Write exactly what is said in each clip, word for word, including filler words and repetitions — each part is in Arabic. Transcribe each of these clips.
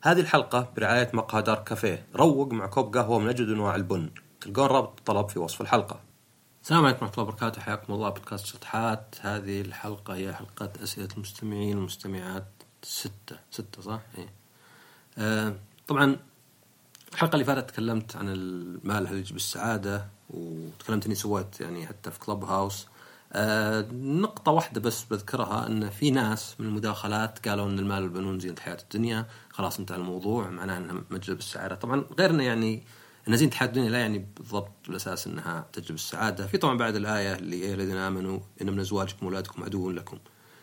هذه الحلقة برعاية مقهى دار كافيه، روق مع كوب قهوة من أجود أنواع البن. تلقون رابط الطلب في وصف الحلقة. السلام عليكم ورحمة الله وبركاته، حياكم الله بودكاست شطحات. هذه الحلقة هي حلقة أسئلة المستمعين والمستمعات ستة ستة صح؟ إيه. آه طبعا الحلقة اللي فاتت تكلمت عن المال هل يجيب السعادة، وتكلمت إني سويت يعني حتى في كلوب هاوس. آه نقطة واحدة بس بذكرها، أن في ناس من المداخلات قالوا أن المال والبنون زينة حياة الدنيا، خلاص انتهى الموضوع، معناه أنها مجلب السعادة. طبعا غيرنا يعني أن زينة حياة الدنيا لا يعني بالضبط بالأساس أنها تجلب السعادة. في طبعا بعد الآية اللي يا الذين آمنوا إن من أزواجكم وأولادكم عدو لكم،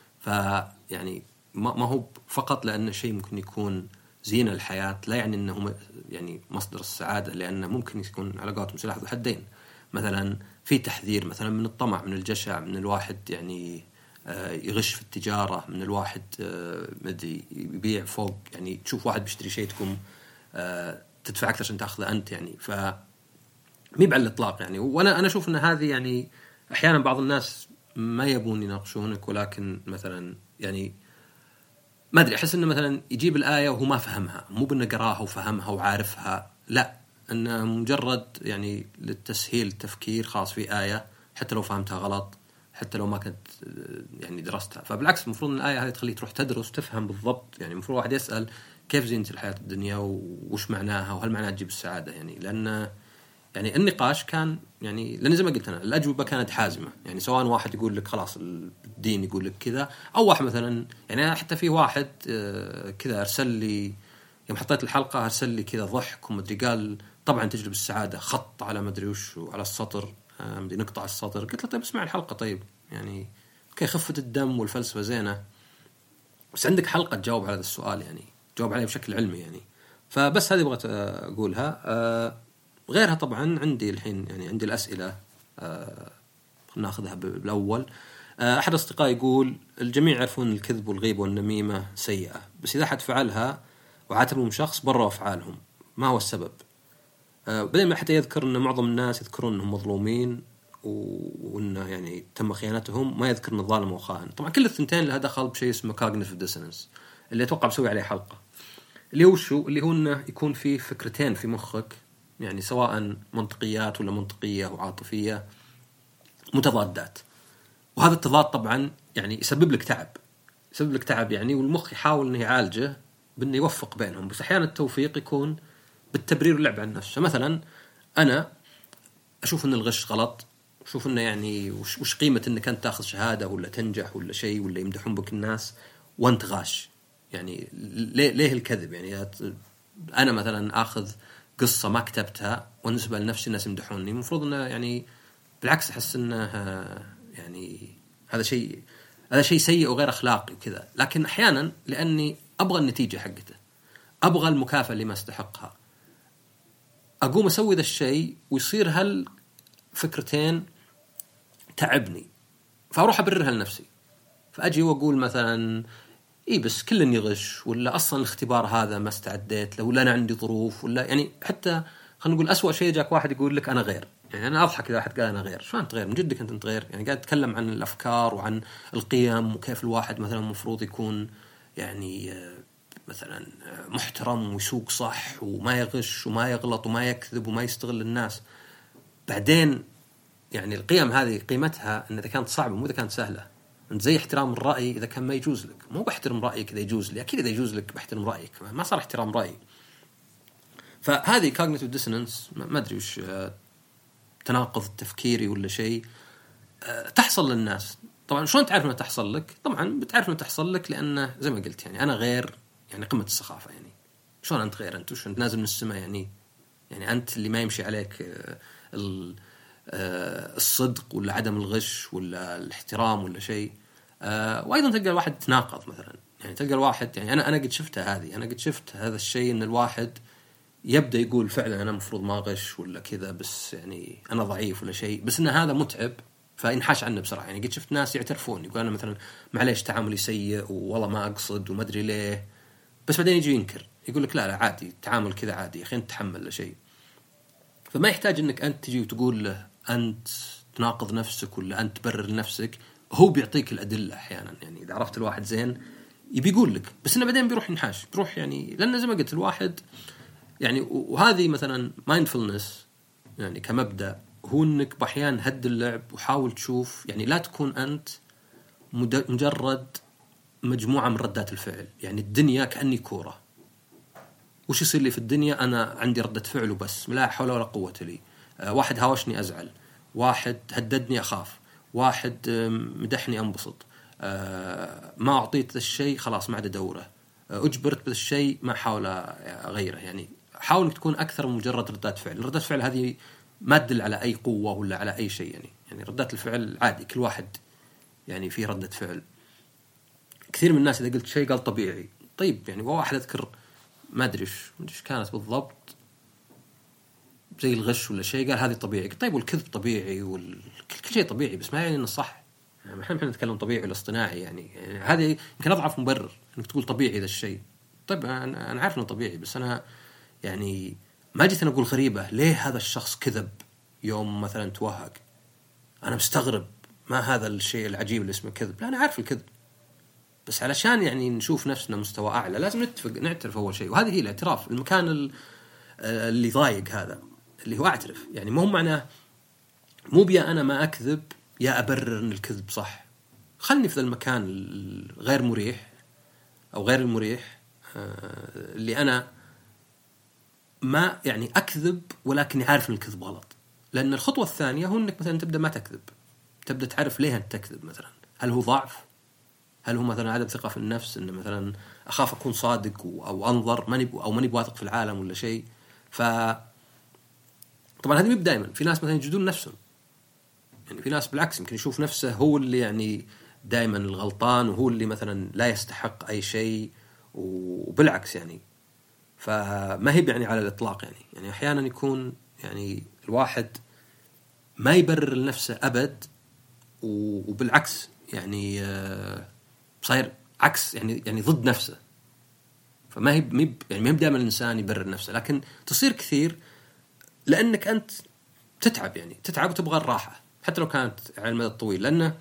فيعني ما هو فقط لأن شيء ممكن يكون زينة الحياة لا يعني أنه يعني مصدر السعادة، لأنه ممكن يكون علاقات سلاح ذو حدين. مثلا في تحذير مثلا من الطمع، من الجشع، من الواحد يعني يغش في التجارة، من الواحد مدري يبيع فوق، يعني تشوف واحد بيشتري شيء تكون تدفع أكثر عشان تأخذه أنت، يعني ف مي على الإطلاق يعني. وأنا أنا أشوف أن هذه يعني أحيانا بعض الناس ما يبون يناقشونك، ولكن مثلا يعني ما أدري، أحس إنه مثلا يجيب الآية وهو ما فهمها، مو بأنه قراها وفهمها وعارفها، لا، إنه مجرد يعني للتسهيل التفكير خاص في آية حتى لو فهمتها غلط، حتى لو ما كنت يعني درستها. فبالعكس المفروض إن الآية هذه تخليك تروح تدرس وتفهم بالضبط. يعني المفروض واحد يسأل كيف زينة الحياة الدنيا وش معناها وهل معناها تجيب السعادة، يعني لأن يعني النقاش كان يعني لأن زي ما قلت أنا الأجوبة كانت حازمة. يعني سواء واحد يقول لك خلاص الدين يقول لك كذا، أو واحد مثلا يعني حتى في واحد كذا أرسل لي يوم حطيت الحلقة، أرسل لي كذا ضحك ومدري، قال طبعا تجلب السعادة، خط على مدري وش على السطر، مدري نقطع السطر. قلت له طيب اسمع الحلقة، طيب يعني اوكي خفة الدم والفلسفة زينة، بس عندك حلقة تجاوب على هذا السؤال، يعني جاوب عليه بشكل علمي يعني. فبس هذه بغيت أقولها. غيرها طبعا عندي الحين يعني عندي الأسئلة، آه ناخذها بالأول. آه أحد أصدقائي يقول الجميع يعرفون الكذب والغيبة والنميمة سيئة، بس إذا أحد فعلها وعاتبهم شخص بروا أفعالهم، ما هو السبب؟ آه بدل ما حتى يذكر أن معظم الناس يذكرون أنهم مظلومين وأنه يعني تم خيانتهم، ما يذكر أن الظالم وخائن. طبعا كل الثنتين لها دخل بشيء اسمه cognitive dissonance، اللي أتوقع بسوي عليه حلقة، اللي هو شو اللي هو أنه يكون في فكرتين في مخك، يعني سواء منطقيات ولا منطقية وعاطفية متضادات، وهذا التضاد طبعا يعني يسبب لك تعب يسبب لك تعب يعني، والمخ يحاول انه يعالجه بانه يوفق بينهم، بس احيانا التوفيق يكون بالتبرير واللعب عن النفس. مثلا انا اشوف ان الغش غلط، اشوف انه يعني وش, وش قيمة انك انت تاخذ شهادة ولا تنجح ولا شيء ولا يمدحون بك الناس وانت غاش، يعني ليه, ليه الكذب؟ يعني انا مثلا اخذ قصة ما كتبتها ونسبة لنفسي الناس يمدحوني، المفروض انه يعني بالعكس احس انه يعني هذا شيء هذا شيء سيء وغير اخلاقي وكذا. لكن احيانا لاني ابغى النتيجة حقته، ابغى المكافأة اللي ما استحقها، اقوم اسوي ذا الشيء ويصير هل فكرتين تعبني، فاروح ابررها لنفسي، فاجي واقول مثلا إيه بس كلن يغش، ولا أصلاً الاختبار هذا ما استعديت له، ولا أنا عندي ظروف، ولا يعني حتى خلينا نقول أسوأ شيء جاك واحد يقول لك أنا غير. يعني أنا أضحك إذا واحد قال أنا غير، شو أنت غير؟ من جدك أنت أنت غير؟ يعني قاعد أتكلم عن الأفكار وعن القيم وكيف الواحد مثلاً مفروض يكون يعني مثلاً محترم ويسوق صح وما يغش وما يغلط وما يكذب وما يستغل الناس. بعدين يعني القيم هذه قيمتها إن إذا كانت صعبة مو إذا كانت سهلة. انت زي احترام الرأي اذا كان ما يجوز لك، مو بحترم رأيك اذا يجوز لي، اكيد اذا يجوز لك بحترم رأيك، ما صار احترام رأيي. فهذه cognitive dissonance، ما ادري وش تناقض تفكيري ولا شيء تحصل للناس. طبعا شلون تعرف انها تحصل لك؟ طبعا بتعرف انها تحصل لك لانه زي ما قلت يعني انا غير، يعني قمة السخافة. يعني شلون انت غير؟ انت وش انت نازل من السماء؟ يعني يعني انت اللي ما يمشي عليك الصدق ولا عدم الغش ولا الاحترام ولا شيء. أه وايضا تلقى الواحد تناقض مثلا، يعني تلقى الواحد يعني انا انا قد شفتها هذه، انا قد شفت هذا الشيء ان الواحد يبدا يقول فعلا انا مفروض ما غش ولا كذا، بس يعني انا ضعيف ولا شيء، بس ان هذا متعب فينحاش عنه بسرعه. يعني قد شفت ناس يعترفون يقول انا مثلا معليش تعاملي سيء والله ما اقصد وما ادري ليه، بس بعدين يجي ينكر يقول لك لا لا عادي تعامل كذا عادي يا اخي انت تحمل شيء. فما يحتاج انك انت تجي وتقول له انت تناقض نفسك ولا انت تبرر لنفسك، هو بيعطيك الأدلة أحيانا. يعني إذا عرفت الواحد زين يبي يقول لك، بس انه بعدين بيروح ينحاش، بيروح يعني، لان زي ما قلت الواحد يعني. وهذه مثلا مايندفولنس يعني كمبدأ، هو انك باحيان هد اللعب وحاول تشوف يعني لا تكون انت مجرد مجموعة من ردات الفعل. يعني الدنيا كأني كورة، وش يصير لي في الدنيا؟ أنا عندي ردة فعل وبس، لا حول ولا قوة لي. أه واحد هاوشني أزعل، واحد هددني أخاف، واحد مدحني أنبسط، أه ما أعطيت ذا الشيء خلاص ما عاد أدوره، أه أجبرت بذا الشيء ما أحاول أغيره. يعني حاول أنك تكون أكثر من مجرد ردات فعل. ردات الفعل هذه ما تدل على أي قوة ولا على أي شيء. يعني يعني ردات الفعل عادي، كل واحد يعني فيه ردة فعل. كثير من الناس إذا قلت شيء قال طبيعي، طيب يعني واحد أذكر ما أدري إيش كانت بالضبط، زي الغش ولا شيء، قال هذه طبيعي. طيب والكذب طبيعي والكل شيء طبيعي، بس ما يعني إنه صح. يعني إحنا إحنا نتكلم طبيعي ولا اصطناعي. يعني, يعني هذه يمكن أضعف مبرر إنك تقول طبيعي ذا الشيء. طيب أنا أنا عارف إنه طبيعي، بس أنا يعني ما جيت أنا أقول غريبة ليه هذا الشخص كذب يوم مثلا توهق. أنا مستغرب ما هذا الشيء العجيب اللي اسمه كذب. لا أنا عارف الكذب، بس علشان يعني نشوف نفسنا مستوى أعلى لازم نتفق نعترف أول شيء. وهذه هي الاعتراف. المكان اللي ضايق هذا اللي هو أعترف. يعني مو معناه مو بيا أنا ما أكذب يا أبرر أن الكذب صح. خلني في ذا المكان الغير مريح أو غير المريح اللي أنا ما يعني أكذب ولكن عارف أن الكذب غلط. لأن الخطوة الثانية هو أنك مثلا تبدأ ما تكذب، تبدأ تعرف ليه أنت تكذب. مثلا هل هو ضعف؟ هل هو مثلا عدم ثقة في النفس، إنه مثلا أخاف أكون صادق أو أنظر ماني أو ماني بواثق في العالم ولا شيء. ف طبعا هذه مو دائما. في ناس مثلا يجدون نفسهم، يعني في ناس بالعكس يمكن يشوف نفسه هو اللي يعني دائما الغلطان وهو اللي مثلا لا يستحق أي شيء، وبالعكس يعني. فما هي يعني على الإطلاق. يعني يعني أحيانا يكون يعني الواحد ما يبرر لنفسه أبد، وبالعكس يعني صاير عكس يعني يعني ضد نفسه. فما هي مب يعني ما دائما الإنسان يبرر نفسه، لكن تصير كثير لأنك أنت تتعب. يعني تتعب وتبغى الراحة حتى لو كانت على المدى الطويل. لأنه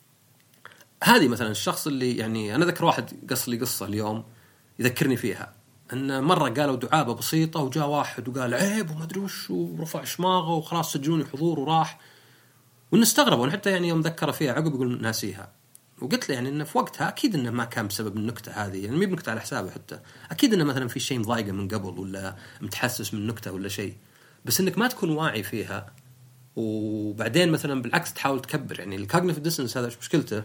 هذه مثلا الشخص اللي يعني أنا ذكر واحد قص لي قصة اليوم يذكرني فيها، أن مرة قالوا دعابة بسيطة وجاء واحد وقال عيب وما أدري وش ورفع شماغه وخلاص سجلوني حضور وراح. ونستغرب حتى يعني يوم ذكر فيها عقب يقول ناسيها. وقلت له يعني إنه في وقتها أكيد إنه ما كان بسبب النكتة هذه، يعني مو بنكتة على حسابه حتى. أكيد إنه مثلا في شيء مضايقه من قبل ولا متحسس من نكتة ولا شيء، بس إنك ما تكون واعي فيها وبعدين مثلا بالعكس تحاول تكبر. يعني الكوجنيتيف ديسونانس هذا مشكلته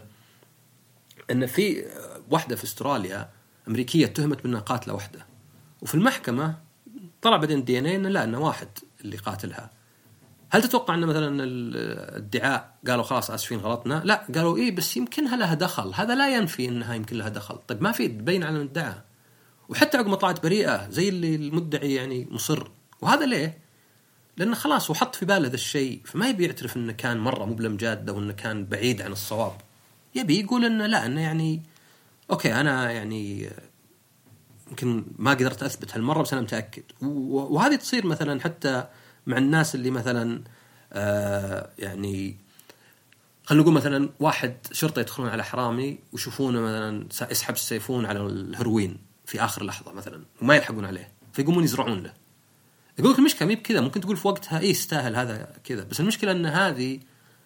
إن في واحدة في أستراليا أمريكية اتهمت بأنها قاتلة واحدة، وفي المحكمة طلع بعدين الدي ان اي إنه لا، إنه واحد اللي قاتلها. هل تتوقع أن مثلا الادعاء قالوا خلاص آسفين غلطنا؟ لا، قالوا إيه بس يمكنها لها دخل. هذا لا ينفي أنها يمكن لها دخل. طيب ما في تبين على الادعاء، وحتى عقب ما طلعت بريئة زي اللي المدعي يعني مصر. وهذا ليه؟ لأنه خلاص وحط في باله ذا الشيء، فما يبي يعترف أنه كان مرة مو بلمجاد أو أنه كان بعيد عن الصواب. يبي يقول أنه لا، أنه يعني أوكي أنا يعني يمكن ما قدرت أثبت هالمرة بس أنا متأكد. وهذه تصير مثلا حتى مع الناس اللي مثلا آه يعني خلينا نقول مثلا واحد شرطة يدخلون على حرامي ويشوفونه مثلا يسحب السيفون على الهروين في آخر لحظة مثلا وما يلحقون عليه، فيقومون يزرعون له. يقول لك المشكلة ميب كذا، ممكن تقول في وقتها إيه يستاهل هذا كذا، بس المشكلة أن هذه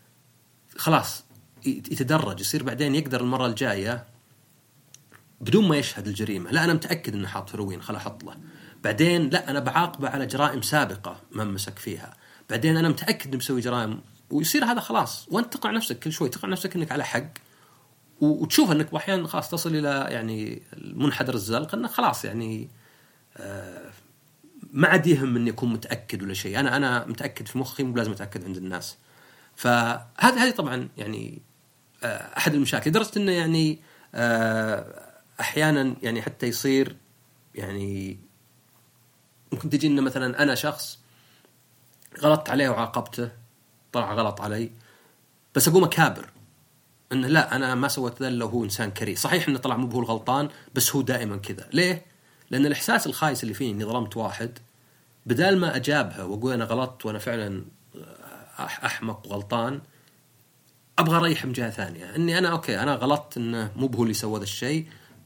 خلاص يتدرج، يصير بعدين يقدر المرة الجاية بدون ما يشهد الجريمة، لا أنا متأكد أنه حاط هروين خلا حط له. بعدين لا أنا بعاقبه على جرائم سابقة ما مسك فيها، بعدين أنا متأكد أنه مسوي جرائم، ويصير هذا خلاص. وأنت تقع نفسك كل شوي تقع نفسك أنك على حق، وتشوف أنك أحيانا خلاص تصل إلى يعني المنحدر الزلق أنك خلاص يعني آه ما عاد يهم أن يكون متأكد ولا شيء. أنا أنا متأكد في مخي مو لازم أتأكد عند الناس. فهذا هذه طبعا يعني آه أحد المشاكل، درست أنه يعني آه أحيانا يعني حتى يصير يعني ممكن تجي إنه مثلا أنا شخص غلطت عليه وعاقبته، طلع غلط علي، بس أقوم أكابر إنه لا أنا ما سويت ذا إلا هو إنسان كريه. صحيح إنه طلع مو بهو الغلطان بس هو دائما كذا. ليه؟ لأن الإحساس الخايس اللي فيني إني ظلمت واحد، بدال ما أجابها وأقول أنا غلطت وأنا فعلا أحمق وغلطان، أبغى أريح من جهة ثانية إني أنا أوكي أنا غلطت إنه مو بهو اللي سوى ذا الشيء،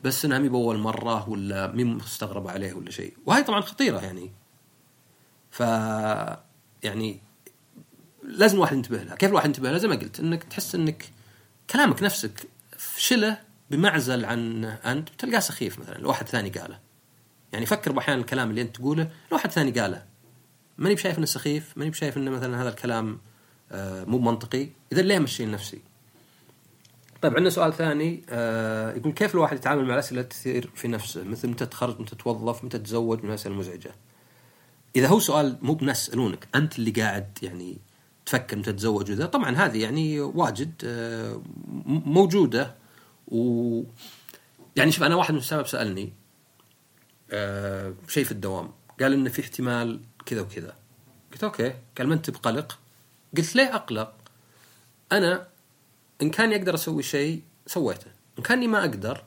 بس انها مي باول مره ولا مي مستغربه عليه ولا شيء. وهي طبعا خطيره يعني. ف يعني لازم الواحد ينتبه لها. كيف الواحد ينتبه لها؟ زي ما قلت انك تحس انك كلامك نفسك فشله بمعزل عن انت بتلقاه سخيف مثلا لو واحد ثاني قاله. يعني فكر باحيان الكلام اللي انت تقوله لو واحد ثاني قاله ماني بشايف انه سخيف، ماني بشايف انه مثلا هذا الكلام آه مو منطقي، اذا ليه مشي نفسي. طيب عندنا سؤال ثاني آه يقول كيف الواحد يتعامل مع الاسئله تثير في نفسه مثل متى تخرج، متى تتوظف، متى تتزوج، من الاسئله المزعجه. اذا هو سؤال مو بناس يسالونك، انت اللي قاعد يعني تفكر متى تتزوج وذا، طبعا هذه يعني واجد آه موجوده. و يعني شوف انا واحد من الشباب سالني آه شيء في الدوام، قال انه في احتمال كذا وكذا. قلت اوكي. قال ما انت بقلق؟ قلت ليه اقلق؟ انا ان كان يقدر اسوي شيء سويته، ان كاني ما اقدر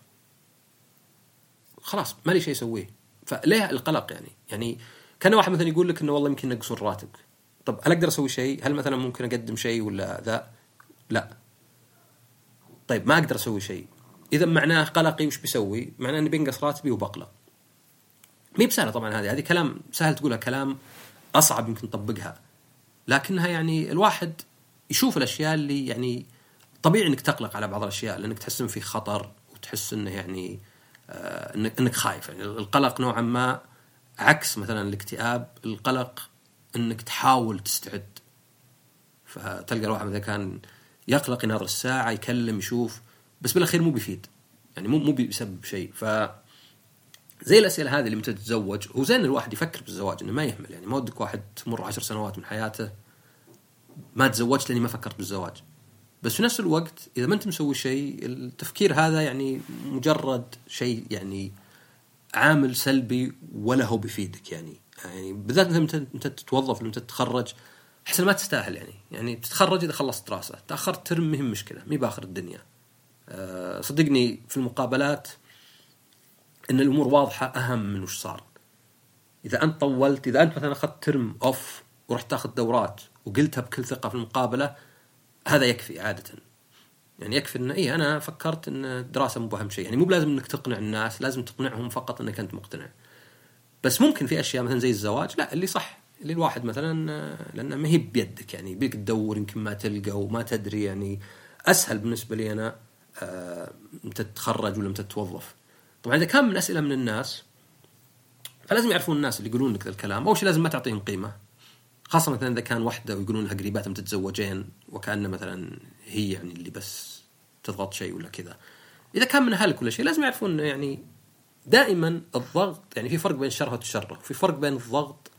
خلاص ما لي شيء اسويه. فليه القلق يعني؟ يعني كان واحد مثلا يقول لك انه والله يمكن نقص الراتب، طب هل اقدر اسوي شيء؟ هل مثلا ممكن اقدم شيء ولا ذا؟ لا. طيب ما اقدر اسوي شيء، اذا معناه قلقي وش بيسوي؟ معناه اني بينقص راتبي وبقلق. مي بسهله طبعا، هذه هذه كلام سهل تقولها، كلام اصعب يمكن تطبقها. لكنها يعني الواحد يشوف الاشياء اللي يعني طبيعي انك تقلق على بعض الاشياء لانك تحس ان في خطر وتحس انه يعني آه انك انك خايف. يعني القلق نوعا ما عكس مثلا الاكتئاب. القلق انك تحاول تستعد، فتلقى الواحد مثلا كان يقلق يناظر الساعه يكلم يشوف، بس بالاخير مو بيفيد، يعني مو مو بيسبب شيء. ف زي الاسئله هذه اللي متى تتزوج، هو زين الواحد يفكر بالزواج انه ما يهمل. يعني ما ودك واحد تمر عشر سنوات من حياته ما تزوجت لاني ما فكرت بالزواج. بس في نفس الوقت اذا ما انت مسوي شيء، التفكير هذا يعني مجرد شيء يعني عامل سلبي ولا هو بيفيدك. يعني يعني بالذات مثلا انت تتوظف لما تتخرج، احسن ما تستاهل. يعني يعني تتخرج اذا خلصت دراسه، تاخرت ترم مهم مشكله، مي باخر الدنيا. أه صدقني في المقابلات ان الامور واضحه اهم من وش صار. اذا انت طولت، اذا انت مثلا اخذت ترم اوف ورحت تاخذ دورات وقلتها بكل ثقه في المقابله، هذا يكفي عاده. يعني يكفي ان ايه انا فكرت ان الدراسه مو اهم شيء. يعني مو بلازم انك تقنع الناس، لازم تقنعهم فقط انك انت مقتنع. بس ممكن في اشياء مثلا زي الزواج لا، اللي صح اللي الواحد مثلا لانه ما هي بيدك، يعني بيك تدور يمكن ما تلقى وما تدري. يعني اسهل بالنسبه لي انا آه متى تتخرج ولا متى تتوظف. طبعا اذا كان من اسئله من الناس فلازم يعرفون الناس اللي يقولون لك ذا الكلام. اول شيء لازم ما تعطيهم قيمه، خاصه مثلا اذا كان وحده ويقولون لها قريبات متتزوجين وكأنه مثلا هي يعني اللي بس تضغط شيء ولا كذا. اذا كان من اهلك ولا شيء لازم يعرفون يعني دائما الضغط، يعني في فرق بين الشره والشره، وفي فرق بين الضغط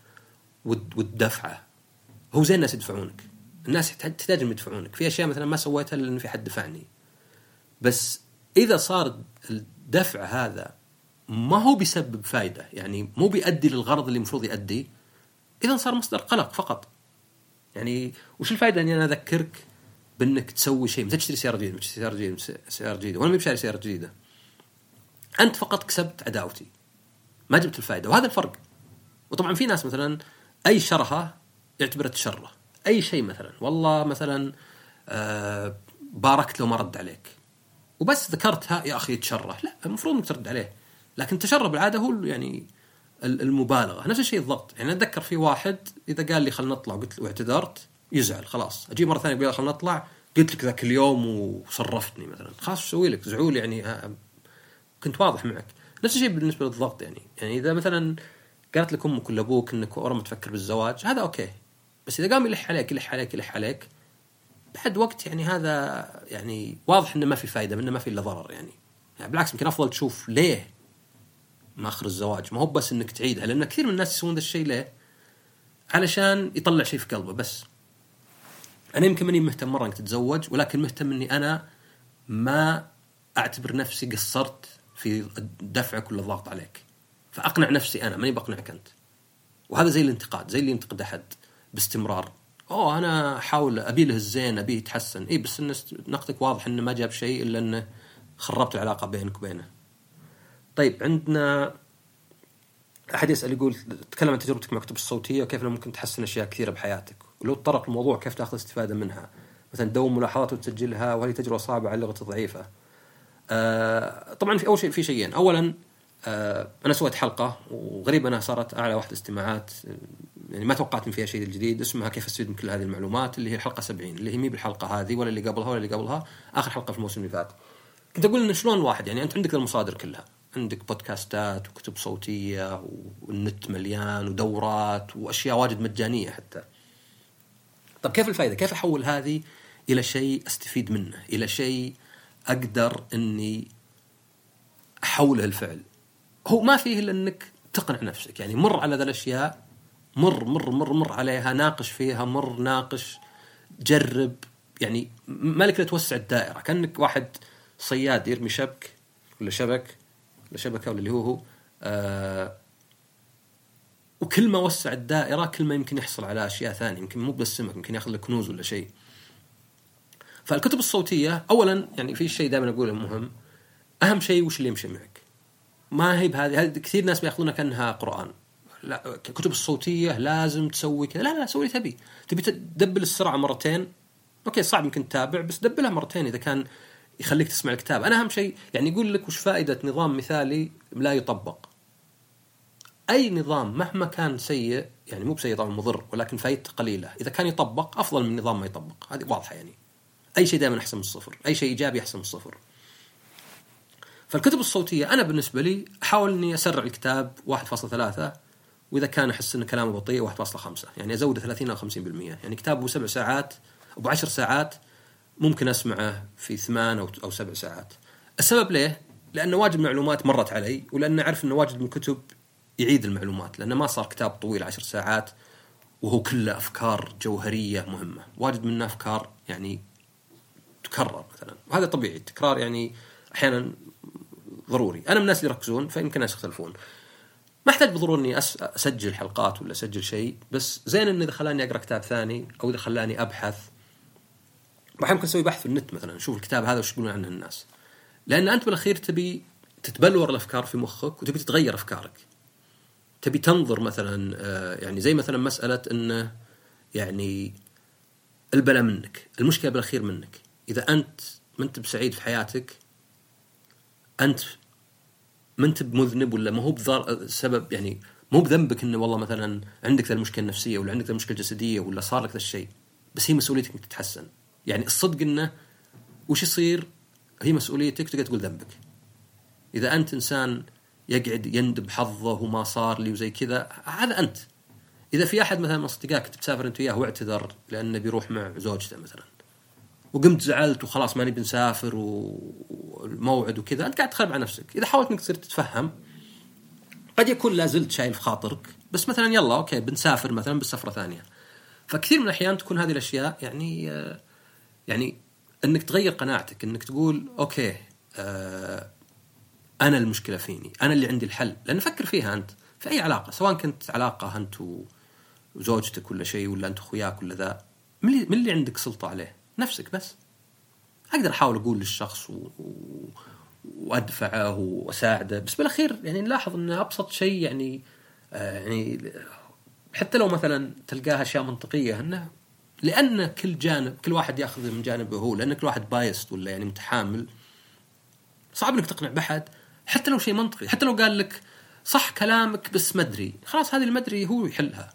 والدفعه. هو زين الناس يدفعونك، الناس تحتاج انهم يدفعونك في اشياء مثلا ما سويتها لان في حد دفعني. بس اذا صار الدفع هذا ما هو بيسبب فائده، يعني مو بيؤدي للغرض اللي المفروض يؤدي، اذا صار مصدر قلق فقط. يعني وش الفائده اني انا اذكرك بانك تسوي شيء، مثل تشتري سياره جديده، مش سياره جديده سياره جديده وانا ما بشاري سياره جديده، انت فقط كسبت عداوتي ما جبت الفائده. وهذا الفرق. وطبعا في ناس مثلا اي شرها يعتبرها تشره، اي شيء مثلا والله مثلا آه باركت لو ما رد عليك وبس ذكرتها يا اخي تشره، لا المفروض انك ترد عليه. لكن تشره بالعاده هو يعني المبالغه. نفس الشيء الضغط. يعني اتذكر في واحد اذا قال لي خلنا نطلع قلت له واعتذرت يزعل، خلاص اجي مره ثانيه يقول خلنا نطلع قلت لك ذاك اليوم وصرفتني مثلا، خلاص شو اسوي لك؟ زعول يعني كنت واضح معك. نفس الشيء بالنسبه للضغط. يعني يعني اذا مثلا قالت لك امك ولا ابوك انك ورا متفكر بالزواج هذا اوكي، بس اذا قام يلح عليك يلح عليك يلح عليك بعد وقت يعني هذا يعني واضح انه ما في فايده منه، ما في الا ضرر. يعني, يعني بالعكس يمكن افضل تشوف ليه ماخر الزواج، ما هو بس انك تعيدها، لان كثير من الناس يسوون ذا الشيء ليه؟ علشان يطلع شيء في قلبه. بس انا يمكن ماني مهتم مره انك تتزوج، ولكن مهتم اني انا ما اعتبر نفسي قصرت في دفعك ولا الضغط عليك، فاقنع نفسي انا، ماني بقنعك انت. وهذا زي الانتقاد، زي اللي ينتقد احد باستمرار، اوه انا احاول ابي له الزين ابيه يتحسن، اي بس الناس نقدك واضح انه ما جاب شيء الا انه خربت العلاقه بينك وبينه. طيب عندنا أحد يسأل يقول تكلم عن تجربتك مع الكتب الصوتية وكيف ممكن تحسن أشياء كثيرة بحياتك، ولو تطرق الموضوع كيف تأخذ استفادة منها، مثلا دوم ملاحظات وتسجلها، وهل تجربة صعبة على اللغة ضعيفة. آه طبعا في اول شيء في شيئين. اولا آه انا سويت حلقه وغريب انها صارت اعلى واحده استماعات، يعني ما توقعت ان فيها شيء جديد، اسمها كيف استفيد من كل هذه المعلومات، اللي هي الحلقه سبعين، اللي هي مي بالحلقه هذه ولا اللي قبلها ولا اللي قبلها، اخر حلقه في الموسم اللي فات. كنت اقول ان شلون واحد، يعني انت عندك المصادر كلها، عندك بودكاستات وكتب صوتيه والنت مليان ودورات واشياء واجد مجانيه حتى. طب كيف الفائده؟ كيف احول هذه الى شيء استفيد منه، الى شيء اقدر اني احوله الفعل؟ هو ما فيه الا انك تقنع نفسك، يعني مر على ذا الاشياء، مر مر مر مر عليها، ناقش فيها، مر ناقش، جرب، يعني مالك لا توسع الدائره. كأنك واحد صياد يرمي شبك ولا شبك ولا شبكه ولا اللي هو هو آه وكل ما وسع الدائره كل ما يمكن يحصل على اشياء ثانيه، يمكن مو بس سمك، يمكن ياخذ لك كنوز ولا شيء. فالكتب الصوتيه اولا يعني في شيء دائما اقوله مهم، اهم شيء وش اللي يمشي معك. ما هي بهذه، كثير ناس بياخذونها كانها قرآن. لا، الكتب الصوتيه لازم تسوي كذا، لا لا سوي اللي تبي. تبي تدبل السرعه مرتين، اوكي صعب يمكن تتابع، بس دبلها مرتين اذا كان يخليك تسمع الكتاب. انا اهم شيء يعني يقول لك وش فائده نظام مثالي لا يطبق. اي نظام مهما كان سيء، يعني مو بسيء طبعا مضر، ولكن فائدته قليله، اذا كان يطبق افضل من نظام ما يطبق، هذه واضحه. يعني اي شيء دائما احسن من الصفر، اي شيء ايجابي احسن من الصفر. فالكتب الصوتيه انا بالنسبه لي احاول اني اسرع الكتاب واحد فاصلة ثلاثة، واذا كان احس ان كلامه بطيء واحد فاصلة خمسة، يعني ازوده ثلاثين او خمسين بالمئة. يعني كتابه سبع ساعات ابو عشر ساعات ممكن اسمعه في ثمان او او سبع ساعات. السبب ليه؟ لانه واجد معلومات مرت علي، ولان اعرف انه واجد من الكتب يعيد المعلومات، لانه ما صار كتاب طويل عشر ساعات وهو كله افكار جوهريه مهمه. واجد منها افكار يعني تكرر مثلا، وهذا طبيعي، التكرار يعني احيانا ضروري. انا من الناس اللي يركزون، فيمكن ناس يختلفون. ما احتاج بالضروره اني اسجل حلقات ولا اسجل شيء، بس زين انه اذا خلاني اقرا كتاب ثاني او اذا خلاني ابحث. بحب ممكن اسوي بحث في النت مثلا، اشوف الكتاب هذا وش يقولون عنه الناس، لان انت بالاخير تبي تتبلور الافكار في مخك وتبي تتغير افكارك. تبي تنظر مثلا يعني زي مثلا مساله انه يعني البلا منك، المشكله بالاخير منك. اذا انت ما انت بسعيد في حياتك، انت ما انت بمذنب ولا ما هو بسبب، يعني مو بذنبك انه والله مثلا عندك ذا المشكله النفسيه ولا عندك ذا المشكله الجسديه ولا صار لك ذا الشيء، بس هي مسؤوليتك انك تتحسن. يعني الصدق انه وش يصير هي مسؤوليتك، تقدر تقول ذنبك. اذا انت انسان يقعد يندب حظه وما صار لي وزي كذا، هذا انت. اذا في احد مثلا من اصدقائك تسافر انت وياه واعتذر لانه بيروح مع زوجته مثلا، وقمت زعلت وخلاص ماني بنسافر والموعد وكذا، انت قاعد تخرب على نفسك. اذا حاولت انك تصير تتفهم، قد يكون لا زلت شايل في خاطرك، بس مثلا يلا اوكي بنسافر مثلا بالسفره ثانيه. فكثير من الاحيان تكون هذه الاشياء يعني يعني انك تغير قناعتك، انك تقول اوكي آه انا المشكله فيني، انا اللي عندي الحل. لان فكر فيها انت في اي علاقه، سواء كنت علاقه انت وزوجتك ولا شيء، ولا انت اخوياك ولا ذا، من اللي, من اللي عندك سلطه عليه؟ نفسك بس. اقدر احاول اقول للشخص و... و... وادفعه واساعده، بس بالاخير يعني نلاحظ ان ابسط شيء يعني آه يعني حتى لو مثلا تلقاها اشياء منطقيه، انه لان كل جانب كل واحد ياخذ من جانبه هو، لان كل واحد بايست ولا يعني متحامل، صعب انك تقنع بحد حتى لو شيء منطقي. حتى لو قال لك صح كلامك بس ما ادري، خلاص هذه المدري هو يحلها.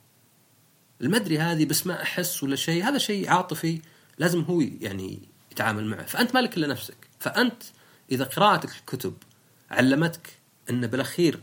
المدري هذه بس ما احس ولا شيء، هذا شيء عاطفي لازم هو يعني يتعامل معه. فانت مالك الا نفسك. فانت اذا قراءتك الكتب علمتك ان بالاخير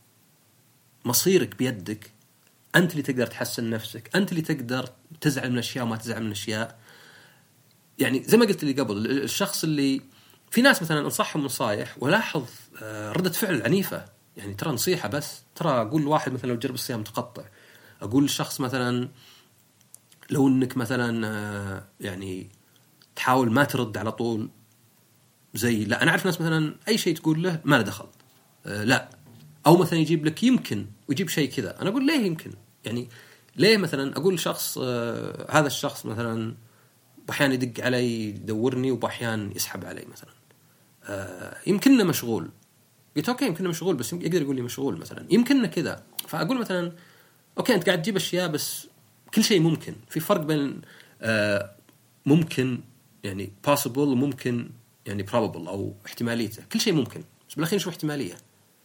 مصيرك بيدك، انت اللي تقدر تحسن نفسك، انت اللي تقدر تزعل من اشياء وما تزعل من اشياء. يعني زي ما قلت لي قبل، الشخص اللي في ناس مثلا انصحهم نصايح ولاحظ ردة فعل عنيفة، يعني ترى نصيحة بس، ترى أقول لواحد مثلا لو جرب الصيام متقطع، أقول للشخص مثلا لو أنك مثلا يعني تحاول ما ترد على طول، زي لا أنا أعرف ناس مثلا أي شيء تقول له ما له دخل، لا، أو مثلا يجيب لك يمكن ويجيب شيء كذا، أنا أقول ليه يمكن؟ يعني ليه مثلا أقول لشخص هذا الشخص مثلا بأحيان يدق علي يدورني وبأحيان يسحب علي مثلا، آه يمكننا مشغول، قلت أوكي يمكننا مشغول، بس يقدر يقول لي مشغول مثلا، يمكننا كذا. فأقول مثلا أوكي أنت قاعد تجيب أشياء، بس كل شيء ممكن. في فرق بين آه ممكن يعني possible وممكن يعني probable أو احتماليته، كل شيء ممكن، بس بالأخير شو احتمالية؟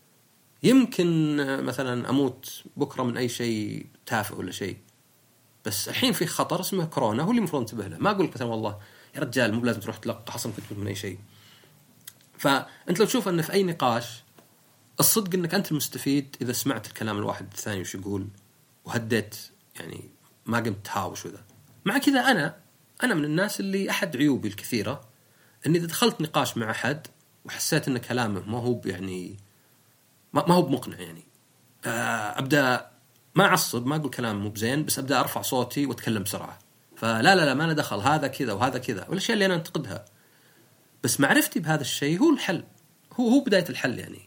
يمكن مثلا أموت بكرة من أي شيء تافه ولا شيء، بس الحين في خطر اسمه كورونا هو اللي المفروض ننتبه له. ما أقول لك مثلا والله يا رجال مو لازم تروح تلقى حصن كتب من أي شيء. فأنت لو تشوف أن في أي نقاش الصدق أنك أنت المستفيد إذا سمعت الكلام الواحد الثاني وش يقول وهديت، يعني ما قمت تهاوش وذا. مع كذا أنا أنا من الناس اللي أحد عيوبي الكثيرة أني إذا دخلت نقاش مع أحد وحسيت أن كلامه ما هو يعني ما هو بمقنع، يعني أبدأ ما أعصب، ما أقول كلام مو بزين، بس أبدأ أرفع صوتي وأتكلم بسرعة. فلا لا لا ما أنا دخل هذا كذا وهذا كذا والأشياء اللي أنا أنتقدها، بس معرفتي بهذا الشيء هو الحل، هو هو بداية الحل يعني.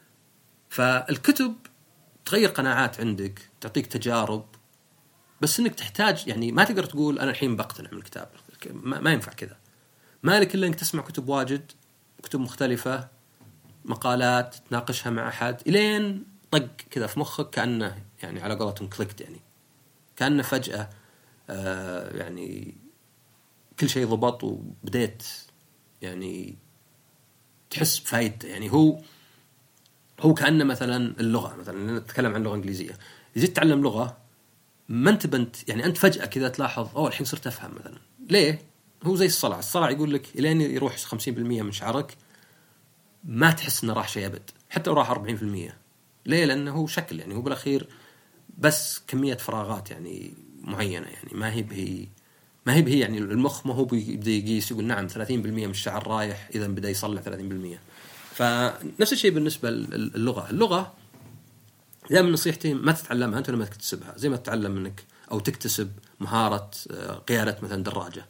فالكتب تغير قناعات عندك، تعطيك تجارب، بس إنك تحتاج يعني ما تقدر تقول أنا الحين بقتنع من الكتاب، ما, ما ينفع كذا. مالك إلا إنك تسمع كتب واجد، كتب مختلفة، مقالات تناقشها مع أحد إلين طق كذا في مخك، كأنه يعني على قولتهم كليكت، يعني كأنه فجأة آه يعني كل شيء ضبط وبديت يعني تحس بفايدة. يعني هو هو كأنه مثلا اللغة، مثلا نتكلم عن لغة إنجليزية، إذا تتعلم لغة ما انت بنت يعني أنت فجأة كذا تلاحظ أوه الحين صرت أفهم مثلا. ليه؟ هو زي الصلع، الصلع يقول لك إلين يروح خمسين بالمية من شعرك ما تحس إنه راح شيء أبد، حتى لو راح أربعين بالمية. ليه؟ لأنه هو شكل، يعني هو بالأخير بس كمية فراغات يعني معينة، يعني ما هي به ما هي به يعني المخ ما هو بيبدأ يقيس يقول نعم ثلاثين بالمية من الشعر رايح إذا بدأ يصلح ثلاثين بالمية. فنفس الشيء بالنسبة للغة. اللغة دائما نصيحتي ما تتعلمها أنت لما تكتسبها، زي ما تتعلم منك أو تكتسب مهارة قيادة مثلا دراجة.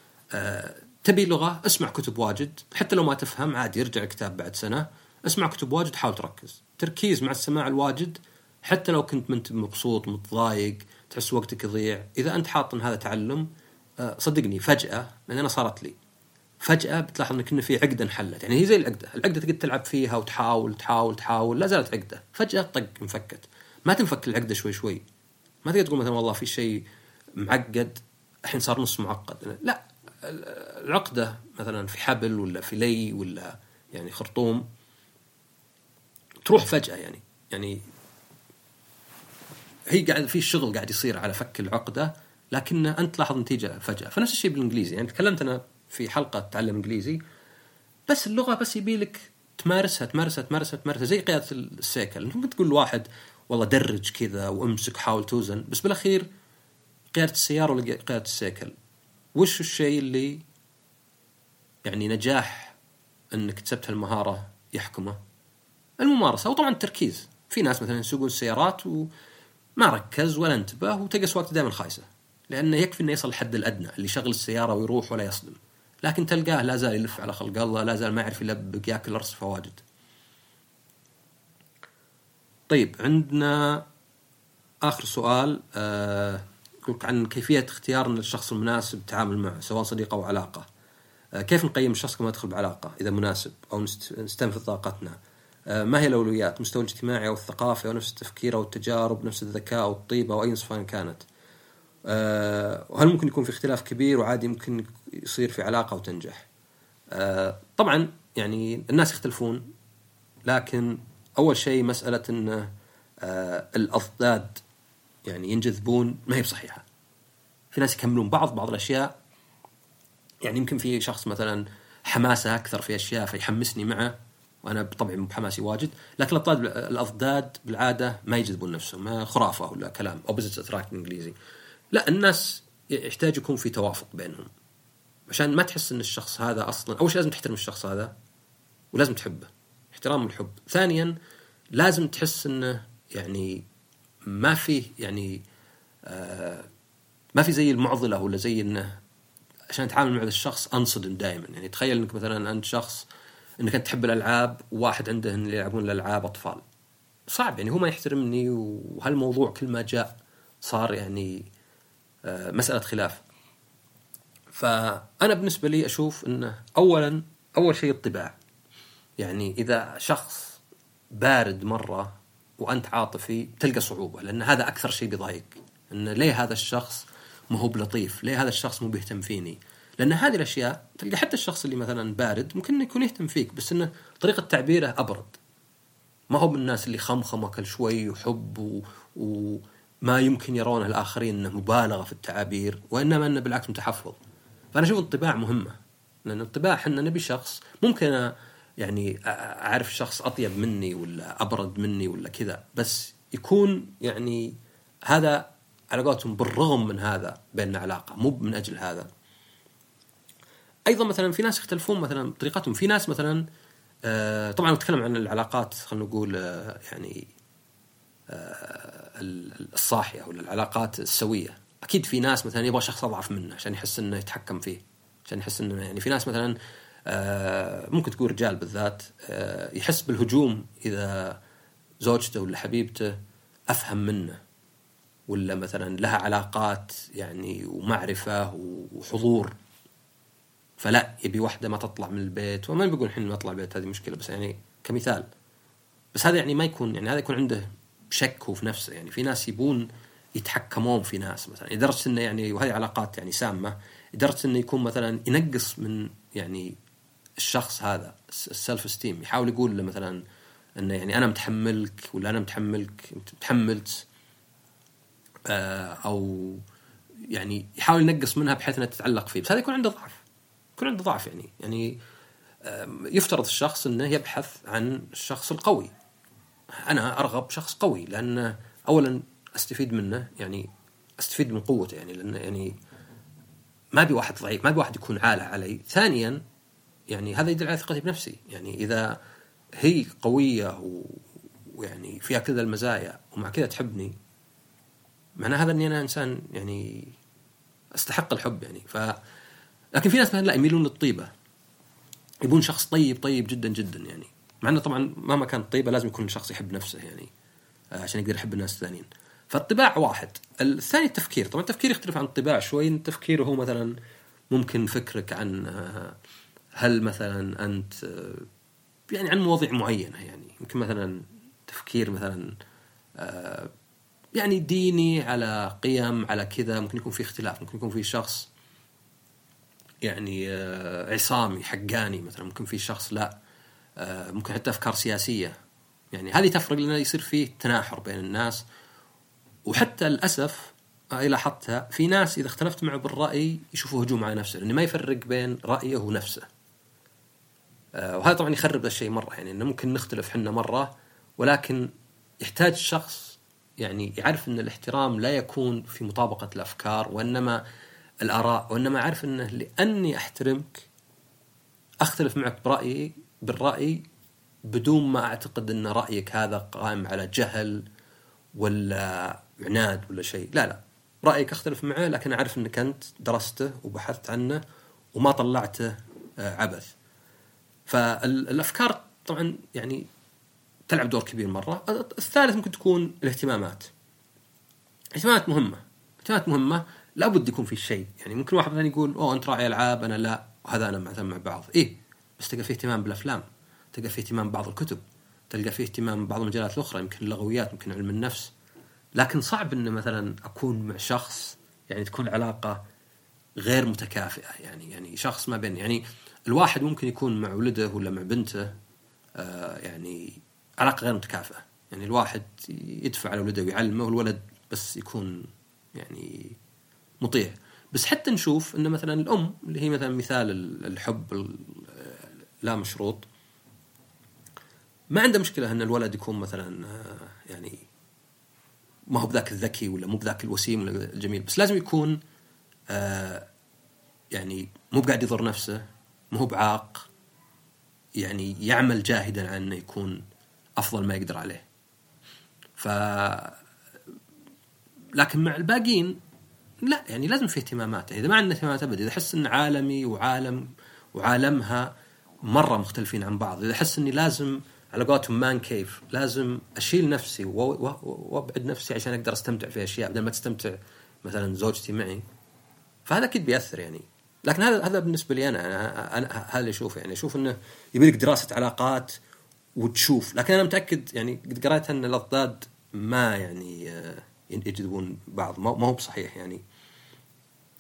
تبي لغة اسمع كتب واجد، حتى لو ما تفهم عادي يرجع كتاب بعد سنة، اسمع كتب واجد، حاول تركز. تركيز مع السماع الواجد حتى لو كنت منت مبسوط متضايق تحس وقتك يضيع، إذا أنت حاطن هذا تعلم صدقني فجأة، لأن أنا صارت لي فجأة بتلاحظ إنك إن في عقدة انحلت. يعني هي زي العقدة، العقدة تقدر تلعب فيها وتحاول تحاول تحاول لا زالت عقدة، فجأة طق انفكت. ما تنفك العقدة شوي شوي، ما تقدر تقول مثلا والله في شيء معقد الحين صار نص معقد، لا. العقدة مثلا في حبل ولا في لي ولا يعني خرطوم تروح فجأة، يعني يعني هي قاعد في شغل قاعد يصير على فك العقدة، لكن أنت تلاحظ نتيجة فجأة. فنفس الشيء بالإنجليزي، يعني تكلمت أنا في حلقة تعلم إنجليزي، بس اللغة بس يبيلك تمارسها تمارسها تمارسها تمارسها زي قيادة السيكل. ممكن تقول واحد والله درج كذا وامسك حاول توزن، بس بالأخير قيادة السيارة ولا قيادة السيكل وش الشيء اللي يعني نجاح أنك كسبت هالمهارة يحكمه؟ الممارسة وطبعا التركيز. في ناس مثلا يسوقون السيارات وما ركز ولا انتبه وتلقى وقت دائما خايسة، لأنه يكفي أنه يصل الحد الأدنى اللي يشغل السيارة ويروح ولا يصدم، لكن تلقاه لا زال يلف على خلق الله، لا زال ما يعرف يلبق، يأكل أرصفة واجد. طيب عندنا آخر سؤال آه عن كيفية اختيارنا للشخص المناسب التعامل معه سواء صديق أو علاقة. آه كيف نقيم الشخص كما يدخل بعلاقة إذا مناسب أو نستنفذ طاقتنا؟ آه ما هي الأولويات؟ مستوى الاجتماعي أو الثقافة أو نفس التفكير أو التجارب، نفس الذكاء أو الطيبة أو أي صفة كانت؟ آه وهل ممكن يكون في اختلاف كبير وعادي ممكن يصير في علاقة وتنجح؟ آه طبعا يعني الناس يختلفون، لكن أول شيء مسألة أن آه الأضداد يعني ينجذبون ما هي بصحيحة. في ناس يكملون بعض بعض الأشياء، يعني يمكن في شخص مثلا حماسة أكثر في أشياء فيحمسني معه وأنا بطبعي بحماسي واجد، لكن الأضداد بالعادة ما يجذبون نفسهم، ما خرافة ولا كلام opposite attract إنجليزي. لا، الناس يحتاج يكون في توافق بينهم عشان ما تحس أن الشخص هذا أصلا. أول شيء لازم تحترم الشخص هذا ولازم تحبه، احترام الحب. ثانيا لازم تحس أنه يعني ما فيه يعني آه ما في زي المعضلة ولا زي أنه عشان تتعامل مع هذا الشخص أنصدم دائما. يعني تخيل أنك مثلا أنت شخص أنك أنت تحب الألعاب وواحد عنده اللي يلعبون الألعاب أطفال، صعب يعني هو ما يحترمني، وهالموضوع كل ما جاء صار يعني آه مسألة خلاف. فأنا بالنسبة لي أشوف أنه أولا أول شيء الطباع. يعني إذا شخص بارد مرة وأنت عاطفي تلقى صعوبة، لأن هذا أكثر شيء بيضايق، أن ليه هذا الشخص ما هو بلطيف، ليه هذا الشخص مو بيهتم فيني، لأن هذه الأشياء تلقى حتى الشخص اللي مثلا بارد ممكن يكون يهتم فيك، بس إنه طريقة تعبيره أبرد. ما هو من الناس اللي خمخم وكل شوي وحب و... وما يمكن يرونه الآخرين إنه مبالغة في التعابير، وإنما إنه بالعكس متحفظ. فأنا أشوف الطباع مهمة، لأن الطباع حنا نبي شخص ممكن يعني أعرف شخص أطيب مني ولا أبرد مني ولا كذا، بس يكون يعني هذا على قولتهم بالرغم من هذا بيننا علاقة، مو من أجل هذا. أيضا مثلا في ناس يختلفون مثلا طريقتهم. في ناس مثلا آه طبعا نتكلم عن العلاقات خلينا نقول آه يعني آه الصاحية ولا العلاقات السوية. أكيد في ناس مثلا يبغى شخص أضعف منه عشان يحس إنه يتحكم فيه، عشان يحس إنه يعني في ناس مثلا آه ممكن تكون رجال بالذات آه يحس بالهجوم إذا زوجته ولا حبيبته أفهم منه، ولا مثلا لها علاقات يعني ومعرفة وحضور، فلا يبي واحدة ما تطلع من البيت. وما بيقول الحين ما تطلع البيت هذه مشكلة، بس يعني كمثال. بس هذا يعني ما يكون يعني هذا يكون عنده شك هو في نفسه. يعني في ناس يبون يتحكمون في ناس مثلا لدرجة إنه يعني وهذه علاقات يعني سامة لدرجة إنه يكون مثلا ينقص من يعني الشخص هذا السلف استيم، يحاول يقول له مثلا إنه يعني أنا متحملك ولا أنا متحملك أنت متحملت آه أو يعني يحاول ينقص منها بحيث أنها تتعلق فيه. بس هذا يكون عنده ضعف، يكون عنده ضعف يعني يعني يفترض الشخص أنه يبحث عن الشخص القوي. أنا أرغب شخص قوي لأن أولا أستفيد منه، يعني أستفيد من قوته، يعني لأن يعني ما بي واحد ضعيف، ما بي واحد يكون عالة علي. ثانيا يعني هذا يدل على ثقتي بنفسي. يعني إذا هي قوية ويعني فيها كذا المزايا ومع كذا تحبني، معنى هذا أني أنا إنسان يعني أستحق الحب يعني. ف لكن في ناس مثلا لا يميلون للطيبة، يبون شخص طيب طيب جدا جدا يعني، مع أنه طبعا مهما كان طيبة لازم يكون شخص يحب نفسه يعني عشان يقدر يحب الناس الثانيين. فالطباع واحد. الثاني التفكير. طبعا التفكير يختلف عن الطباع شوي. التفكير هو مثلا ممكن فكرك عن هل مثلا أنت يعني عن مواضيع معينة، يعني يمكن مثلا تفكير مثلا يعني ديني على قيم على كذا، ممكن يكون في اختلاف. ممكن يكون في شخص يعني عصامي حقاني مثلا، ممكن في شخص لا، ممكن حتى أفكار سياسية. يعني هذه تفرق لأنه يصير فيه تناحر بين الناس. وحتى الأسف لاحظتها في ناس إذا اختلفت معه بالرأي يشوفوا هجوم على نفسه، لأنه ما يفرق بين رأيه ونفسه. وهذا طبعا يخرب ذا الشيء مرة. يعني إنه ممكن نختلف حنا مرة، ولكن يحتاج شخص يعني يعرف أن الاحترام لا يكون في مطابقة الأفكار وإنما الآراء، وإنما أعرف أنه لأني أحترمك أختلف معك برأيي بالرأي بدون ما أعتقد أن رأيك هذا قائم على جهل ولا عناد ولا شيء. لا لا، رأيك أختلف معه لكن أعرف أنك أنت درسته وبحثت عنه وما طلعته عبث. فالأفكار طبعا يعني تلعب دور كبير مرة. الثالث ممكن تكون الاهتمامات. اهتمامات مهمة، اهتمامات مهمة لابد يكون في شيء. يعني ممكن واحد ثاني يقول أوه أنت راعي ألعاب أنا لا، وهذا أنا مثلا مع بعض إيه، بس تلقى فيه اهتمام بالأفلام، تلقى فيه اهتمام ببعض الكتب، تلقى فيه اهتمام ببعض المجالات الأخرى، يمكن اللغويات، يمكن علم النفس. لكن صعب إن مثلا أكون مع شخص يعني تكون علاقة غير متكافئة. يعني يعني شخص ما بين يعني الواحد ممكن يكون مع ولده ولا مع بنته آه يعني علاقة غير متكافئة. يعني الواحد يدفع على ولده ويعلمه والولد بس يكون يعني مطيع. بس حتى نشوف إن مثلا الأم اللي هي مثلا مثال الحب لا مشروط، ما عنده مشكلة أن الولد يكون مثلا يعني ما هو بذاك الذكي ولا مو بذاك الوسيم ولا الجميل، بس لازم يكون آه يعني مو بقاعد يضر نفسه، مو هو بعاق، يعني يعمل جاهدا على أنه يكون أفضل ما يقدر عليه. ف لكن مع الباقين لا، يعني لازم في اهتمامات. إذا ما عندنا اهتمامات أبدا، إذا حس إن عالمي وعالم وعالمها مرة مختلفين عن بعض، إذا حس إني لازم على قولتهم مان كيف لازم أشيل نفسي وأبعد نفسي عشان أقدر أستمتع في أشياء بدل ما تستمتع مثلا زوجتي معي، فهذا أكيد بيأثر يعني. لكن هذا هذا بالنسبة لي أنا, أنا, أنا هذا اللي أشوفه. يعني أشوف إنه يبي لك دراسة علاقات وتشوف. لكن أنا متأكد يعني قد قرأت أن الأضداد ما يعني يجذبون بعض، ما هو بصحيح يعني.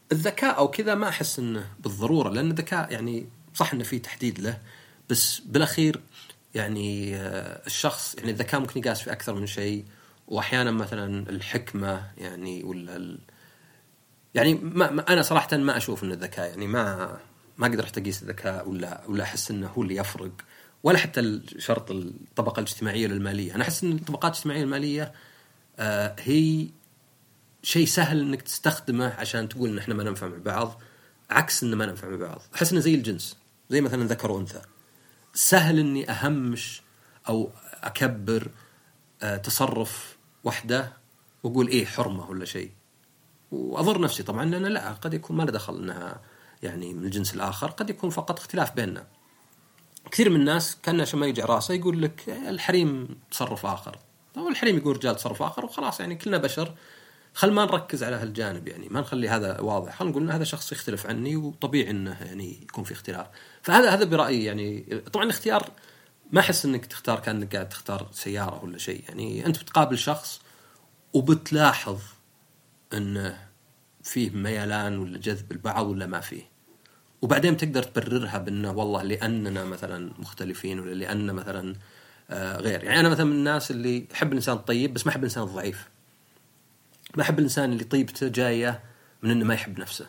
الذكاء أو كذا ما أحس إنه بالضرورة، لأن الذكاء يعني صح إنه فيه تحديد له، بس بالأخير يعني الشخص يعني الذكاء ممكن يقاس في أكثر من شيء، وأحيانا مثلا الحكمة يعني ولا ال... يعني ما, ما أنا صراحة ما أشوف إن الذكاء يعني ما ما أقدر أقيس الذكاء ولا ولا أحس إنه هو اللي يفرق، ولا حتى شرط الطبقة الاجتماعية والمالية. أنا أحس إن الطبقات الاجتماعية والمالية آه هي شيء سهل إنك تستخدمه عشان تقول إن إحنا ما ننفع مع بعض، عكس إن ما ننفع مع بعض. أحس إنه زي الجنس، زي مثلا ذكر وأنثى، سهل إني أهمش أو أكبر آه تصرف وحدة وأقول إيه حرمة ولا شيء، وأضر نفسي طبعا، لأن لا، قد يكون ما له دخل إنها يعني من الجنس الآخر، قد يكون فقط اختلاف بيننا. كثير من الناس كان عشان ما يجي راسه يقول لك الحريم تصرف آخر، أو الحريم يقول رجال تصرف آخر، وخلاص يعني كلنا بشر، خل ما نركز على هالجانب، يعني ما نخلي هذا واضح، خل نقول إن هذا شخص يختلف عني وطبيعي إنه يعني يكون في اختلاف. فهذا هذا برأيي. يعني طبعا الاختيار ما أحس إنك تختار كأنك قاعد تختار سيارة ولا شيء، يعني أنت بتقابل شخص وبتلاحظ إنه فيه ميلان ولا جذب البعض ولا ما فيه، وبعدين تقدر تبررها بأنه والله لأننا مثلا مختلفين، ولا لأن مثلا آه غير. يعني أنا مثلا من الناس اللي أحب الإنسان الطيب بس ما أحب الإنسان الضعيف، ما أحب الإنسان اللي طيبته جاية من إنه ما يحب نفسه.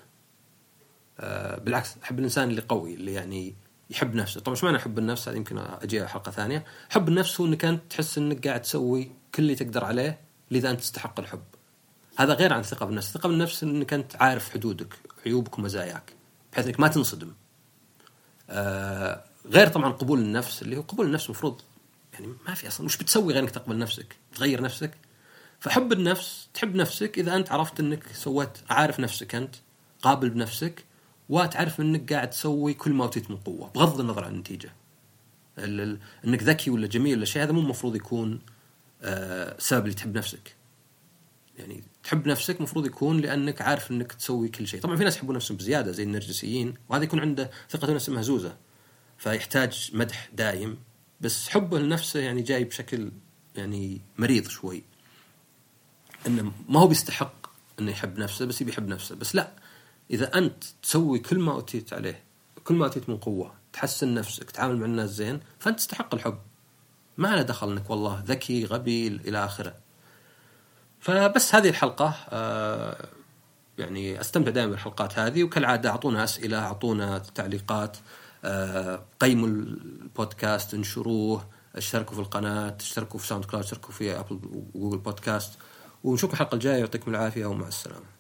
آه بالعكس، أحب الإنسان اللي قوي، اللي يعني يحب نفسه. طبعا شو معنى حب النفس؟ هذا يمكن أجيها حلقة ثانية. حب النفس هو إنك أنت تحس إنك قاعد تسوي كل اللي تقدر عليه لذا أنت تستحق الحب. هذا غير عن ثقة بالنفس. ثقة بالنفس إنك أنت عارف حدودك، عيوبك ومزاياك، بحيث إنك ما تنصدم. آه غير طبعا قبول النفس، اللي هو قبول النفس مفروض يعني ما في أصلا، مش بتسوي غير إنك تقبل نفسك، تغير نفسك. فحب النفس، تحب نفسك إذا أنت عرفت إنك سويت، عارف نفسك أنت، قابل بنفسك، وتعرف إنك قاعد تسوي كل ما أوتيت من قوة بغض النظر عن النتيجة. إنك ذكي ولا جميل ولا شيء، هذا مو مفروض يكون آه سبب اللي تحب نفسك. يعني تحب نفسك مفروض يكون لأنك عارف إنك تسوي كل شيء. طبعا في ناس يحبون نفسهم بزيادة زي النرجسيين، وهذا يكون عنده ثقة نفس مهزوزة، فيحتاج مدح دائم. بس حبه لنفسه يعني جاي بشكل يعني مريض شوي، إنه ما هو بيستحق إنه يحب نفسه، بس يبي يحب نفسه. بس لا، إذا أنت تسوي كل ما أتيت عليه، كل ما أتيت من قوة، تحسن نفسك، تعامل مع الناس زين، فأنت تستحق الحب. ما له دخل إنك والله ذكي غبي إلى آخره. فبس هذه الحلقة آه يعني أستمتع دائما بالحلقات هذه، وكالعادة أعطونا أسئلة، أعطونا تعليقات، آه قيموا البودكاست، انشروه، اشتركوا في القناة، اشتركوا في ساوند كلاود، اشتركوا في أبل وجوجل بودكاست، ونشوفكم الحلقة الجاية. يعطيكم العافية ومع السلامة.